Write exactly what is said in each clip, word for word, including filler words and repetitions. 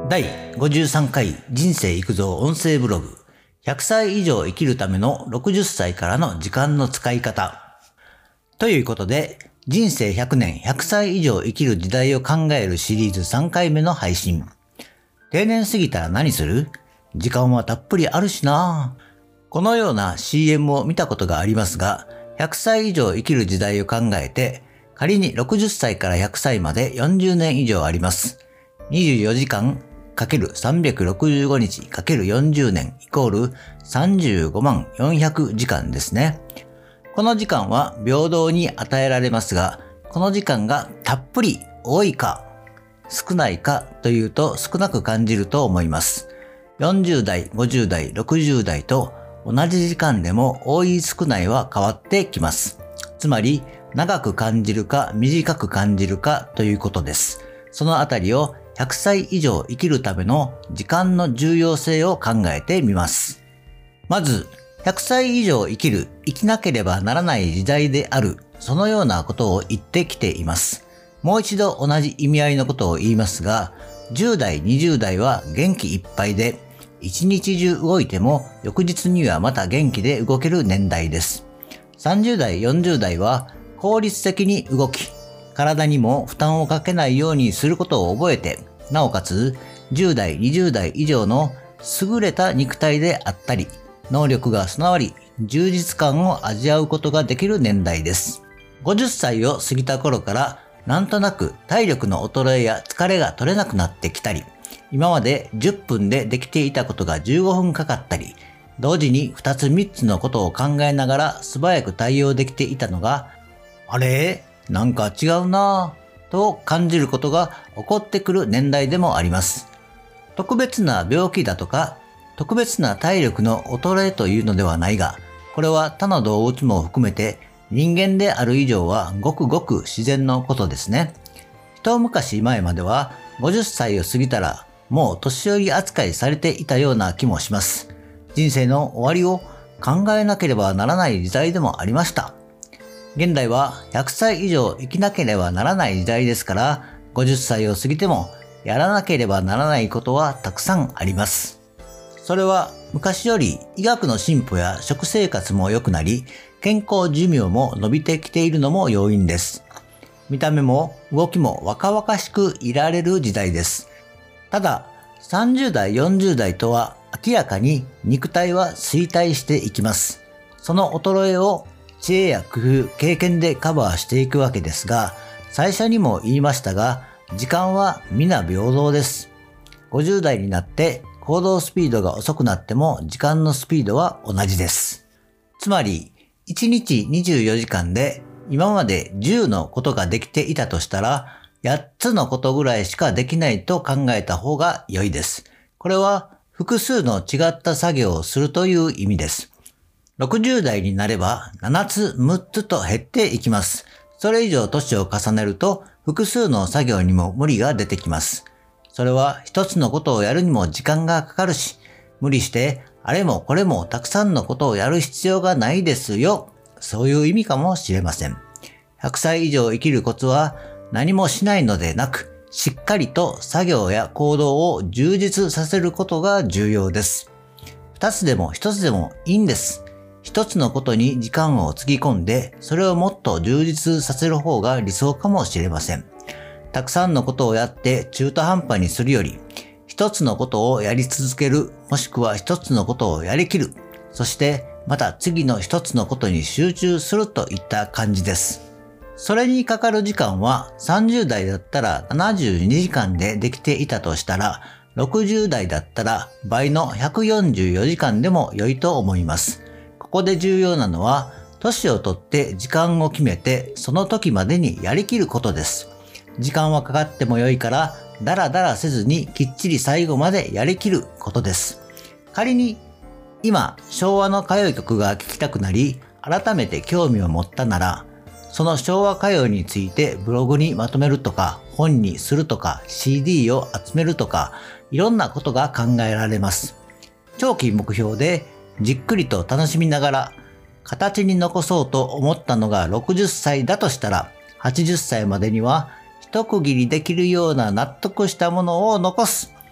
だいごじゅうさんかい人生育造音声ブログひゃくさい以上生きるためのろくじゅっさいからの時間の使い方ということで、人生ひゃくねんひゃくさい以上生きる時代を考えるシリーズさんかいめの配信。定年過ぎたら何する？時間はたっぷりあるしな。このような シーエム を見たことがありますが、ひゃくさい以上生きる時代を考えて、仮にろくじゅっさいからひゃくさいまでよんじゅうねん以上あります。にじゅうよじかんかけるさんびゃくろくじゅうごにちかけるよんじゅうねんイコールさんじゅうごまんよんひゃくじかんですね。この時間は平等に与えられますが、この時間がたっぷり多いか少ないかというと少なく感じると思います。よんじゅうだい、ごじゅうだい、ろくじゅうだいと同じ時間でも多い少ないは変わってきます。つまり長く感じるか短く感じるかということです。そのあたりをひゃくさい以上生きるための時間の重要性を考えてみます。まず、ひゃくさい以上生きる、生きなければならない時代である、そのようなことを言ってきています。もう一度同じ意味合いのことを言いますが、じゅうだい、にじゅうだいは元気いっぱいで、一日中動いても翌日にはまた元気で動ける年代です。さんじゅうだい、よんじゅうだいは効率的に動き、体にも負担をかけないようにすることを覚えて、なおかつじゅうだい、にじゅうだい以上の優れた肉体であったり、能力が備わり、充実感を味わうことができる年代です。ごじゅっさいを過ぎた頃から、なんとなく体力の衰えや疲れが取れなくなってきたり、今までじゅっぷんでできていたことがじゅうごふんかかったり、同時にふたつみっつのことを考えながら素早く対応できていたのが、あれ？なんか違うなぁと感じることが起こってくる年代でもあります。特別な病気だとか、特別な体力の衰えというのではないが、これは他の動物も含めて人間である以上はごくごく自然のことですね。一昔前まではごじゅっさいを過ぎたらもう年寄り扱いされていたような気もします。人生の終わりを考えなければならない時代でもありました。現代はひゃくさい以上生きなければならない時代ですから、ごじゅっさいを過ぎてもやらなければならないことはたくさんあります。それは昔より医学の進歩や食生活も良くなり、健康寿命も伸びてきているのも要因です。見た目も動きも若々しくいられる時代です。ただ、さんじゅうだい、よんじゅうだいとは明らかに肉体は衰退していきます。その衰えを知恵や工夫、経験でカバーしていくわけですが、最初にも言いましたが、時間は皆平等です。ごじゅうだいになって行動スピードが遅くなっても時間のスピードは同じです。つまり、いちにちにじゅうよじかんで今までじゅうのことができていたとしたら、やっつのことぐらいしかできないと考えた方が良いです。これは複数の違った作業をするという意味です。ろくじゅうだいになればななつ、むっつと減っていきます。それ以上年を重ねると複数の作業にも無理が出てきます。それは一つのことをやるにも時間がかかるし、無理してあれもこれもたくさんのことをやる必要がないですよ。そういう意味かもしれません。ひゃくさい以上生きるコツは何もしないのでなく、しっかりと作業や行動を充実させることが重要です。二つでも一つでもいいんです。一つのことに時間をつぎ込んで、それをもっと充実させる方が理想かもしれません。たくさんのことをやって中途半端にするより、一つのことをやり続ける、もしくは一つのことをやりきる、そしてまた次の一つのことに集中するといった感じです。それにかかる時間はさんじゅうだいだったらななじゅうにじかんでできていたとしたら、ろくじゅうだいだったら倍のひゃくよんじゅうよじかんでも良いと思います。ここで重要なのは、年をとって時間を決めてその時までにやりきることです。時間はかかっても良いから、だらだらせずにきっちり最後までやりきることです。仮に今昭和の歌謡曲が聴きたくなり、改めて興味を持ったなら、その昭和歌謡についてブログにまとめるとか、本にするとか、シーディー を集めるとか、いろんなことが考えられます。長期目標でじっくりと楽しみながら形に残そうと思ったのがろくじゅっさいだとしたら、はちじゅっさいまでには一区切りできるような納得したものを残す。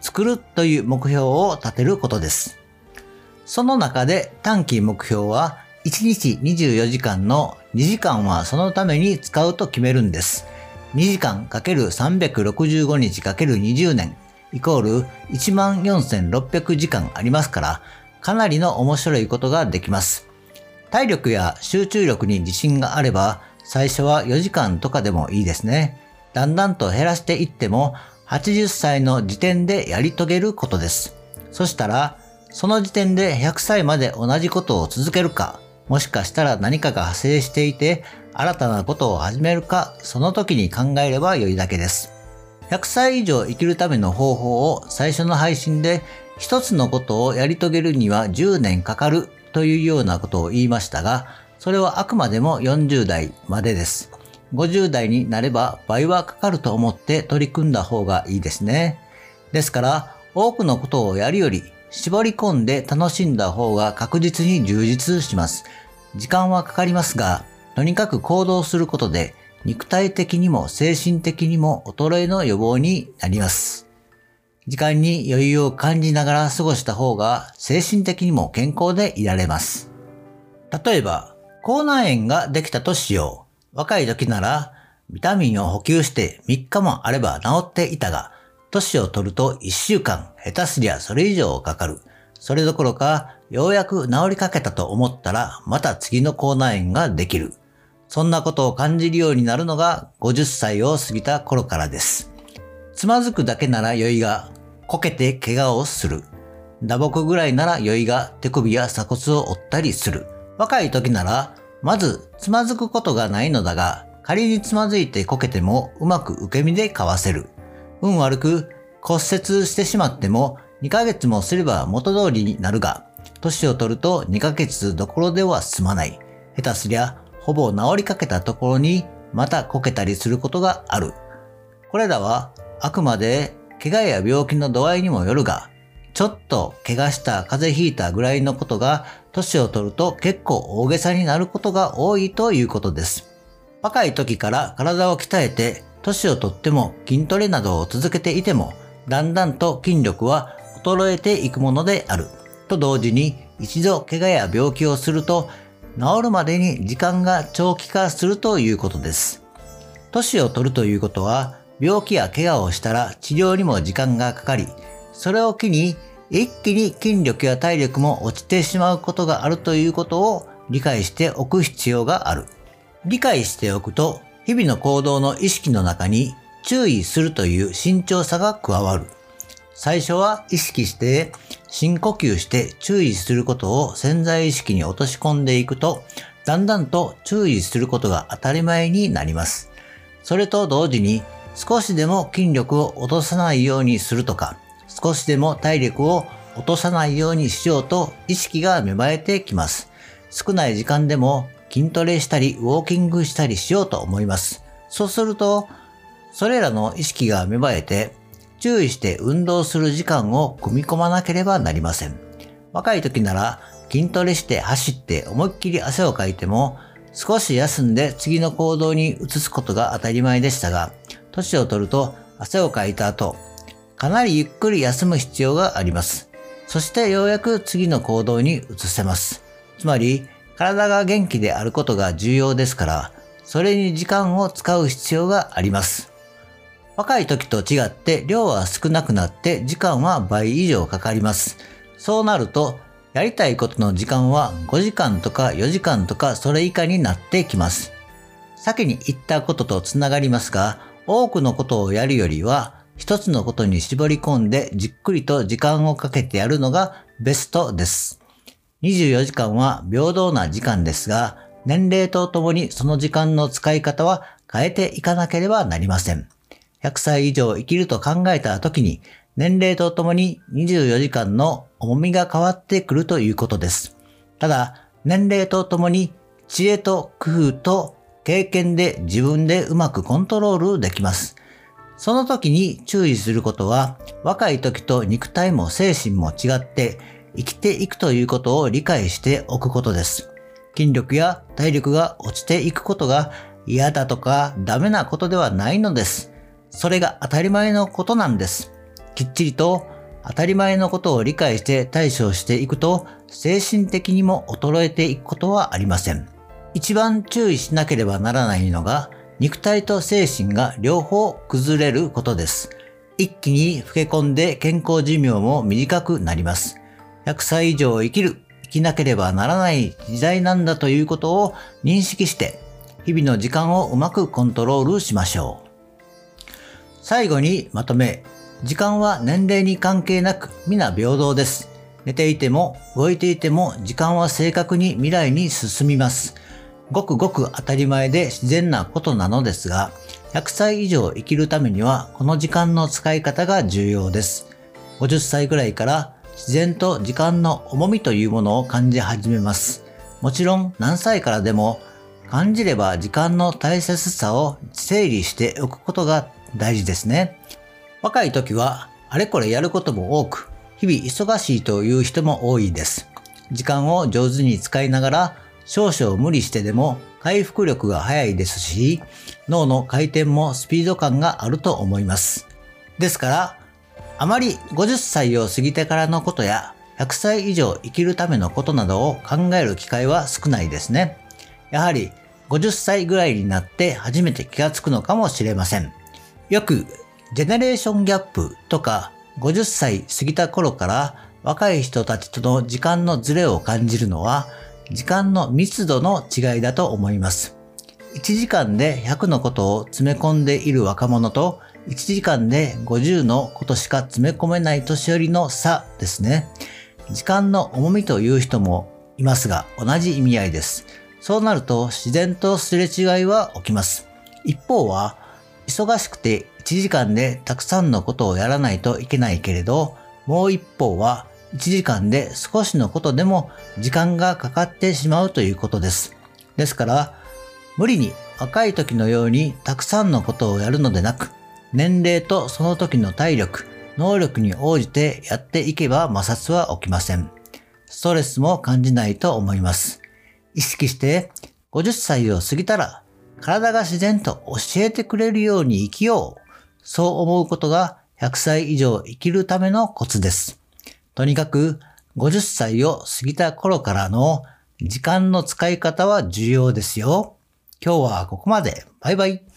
作るという目標を立てることです。その中で短期目標はいちにちにじゅうよじかんのにじかんはそのために使うと決めるんです。にじかん ×さんびゃくろくじゅうごにち ×にじゅう 年イコールいちまんよんせんろっぴゃくじかんありますから、かなりの面白いことができます。体力や集中力に自信があれば、最初はよじかんとかでもいいですね。だんだんと減らしていっても、はちじゅっさいの時点でやり遂げることです。そしたら、その時点でひゃくさいまで同じことを続けるか、もしかしたら何かが派生していて、新たなことを始めるか、その時に考えれば良いだけです。ひゃくさい以上生きるための方法を最初の配信で、一つのことをやり遂げるにはじゅうねんかかるというようなことを言いましたが、それはあくまでもよんじゅうだいまでです。ごじゅうだいになれば倍はかかると思って取り組んだ方がいいですね。ですから、多くのことをやるより、絞り込んで楽しんだ方が確実に充実します。時間はかかりますが、とにかく行動することで、肉体的にも精神的にも衰えの予防になります。時間に余裕を感じながら過ごした方が精神的にも健康でいられます。例えば、口内炎ができたとしよう。若い時なら、ビタミンを補給してみっかもあれば治っていたが、年を取るといっしゅうかん、下手すりゃそれ以上かかる。それどころか、ようやく治りかけたと思ったら、また次の口内炎ができる。そんなことを感じるようになるのがごじゅっさいを過ぎた頃からです。つまずくだけなら酔いが、こけて怪我をする。打撲ぐらいなら酔いが手首や鎖骨を折ったりする。若い時なら、まずつまずくことがないのだが、仮につまずいてこけてもうまく受け身でかわせる。運悪く骨折してしまってもにかげつもすれば元通りになるが、年を取るとにかげつどころでは済まない。下手すりゃほぼ治りかけたところにまたこけたりすることがある。これらはあくまで怪我や病気の度合いにもよるが、ちょっと怪我した風邪ひいたぐらいのことが年を取ると結構大げさになることが多いということです。若い時から体を鍛えて年をとっても筋トレなどを続けていても、だんだんと筋力は衰えていくものである。と同時に、一度怪我や病気をすると、治るまでに時間が長期化するということです。年を取るということは、病気や怪我をしたら治療にも時間がかかり、それを機に一気に筋力や体力も落ちてしまうことがあるということを理解しておく必要がある。理解しておくと、日々の行動の意識の中に注意するという慎重さが加わる。最初は意識して深呼吸して注意することを潜在意識に落とし込んでいくと、だんだんと注意することが当たり前になります。それと同時に少しでも筋力を落とさないようにするとか、少しでも体力を落とさないようにしようと意識が芽生えてきます。少ない時間でも筋トレしたりウォーキングしたりしようと思います。そうすると、それらの意識が芽生えて、注意して運動する時間を組み込まなければなりません。若い時なら筋トレして走って思いっきり汗をかいても、少し休んで次の行動に移すことが当たり前でしたが、年を取ると汗をかいた後、かなりゆっくり休む必要があります。そしてようやく次の行動に移せます。つまり、体が元気であることが重要ですから、それに時間を使う必要があります。若い時と違って量は少なくなって時間は倍以上かかります。そうなると、やりたいことの時間はごじかんとかよじかんとかそれ以下になってきます。先に言ったこととつながりますが、多くのことをやるよりは、一つのことに絞り込んでじっくりと時間をかけてやるのがベストです。にじゅうよじかんは平等な時間ですが、年齢とともにその時間の使い方は変えていかなければなりません。ひゃくさい以上生きると考えたときに、年齢とともににじゅうよじかんの重みが変わってくるということです。ただ、年齢とともに知恵と工夫と経験で自分でうまくコントロールできます。その時に注意することは、若い時と肉体も精神も違って生きていくということを理解しておくことです。筋力や体力が落ちていくことが嫌だとかダメなことではないのです。それが当たり前のことなんです。きっちりと当たり前のことを理解して対処していくと、精神的にも衰えていくことはありません。一番注意しなければならないのが、肉体と精神が両方崩れることです。一気に老け込んで健康寿命も短くなります。ひゃくさい以上生きる、生きなければならない時代なんだということを認識して、日々の時間をうまくコントロールしましょう。最後にまとめ、時間は年齢に関係なく皆平等です。寝ていても動いていても時間は正確に未来に進みます。ごくごく当たり前で自然なことなのですが、ひゃくさい以上生きるためにはこの時間の使い方が重要です。ごじゅっさいぐらいから自然と時間の重みというものを感じ始めます。もちろん何歳からでも感じれば時間の大切さを整理しておくことが大事ですね。若い時はあれこれやることも多く、日々忙しいという人も多いです。時間を上手に使いながら少々無理してでも回復力が早いですし、脳の回転もスピード感があると思います。ですから、あまりごじゅっさいを過ぎてからのことやひゃくさい以上生きるためのことなどを考える機会は少ないですね。やはりごじゅっさいぐらいになって初めて気がつくのかもしれません。よくジェネレーションギャップとかごじゅっさい過ぎた頃から若い人たちとの時間のズレを感じるのは時間の密度の違いだと思います。いちじかんでひゃくのことを詰め込んでいる若者といちじかんでごじゅうのことしか詰め込めない年寄りの差ですね。時間の重みという人もいますが同じ意味合いです。そうなると自然とすれ違いは起きます。一方は忙しくていちじかんでたくさんのことをやらないといけないけれど、もう一方はいちじかんで少しのことでも時間がかかってしまうということです。ですから、無理に若い時のようにたくさんのことをやるのでなく、年齢とその時の体力、能力に応じてやっていけば摩擦は起きません。ストレスも感じないと思います。意識してごじゅっさいを過ぎたら体が自然と教えてくれるように生きよう。そう思うことがひゃくさい以上生きるためのコツです。とにかくごじゅっさいを過ぎた頃からの時間の使い方は重要ですよ。今日はここまで。バイバイ。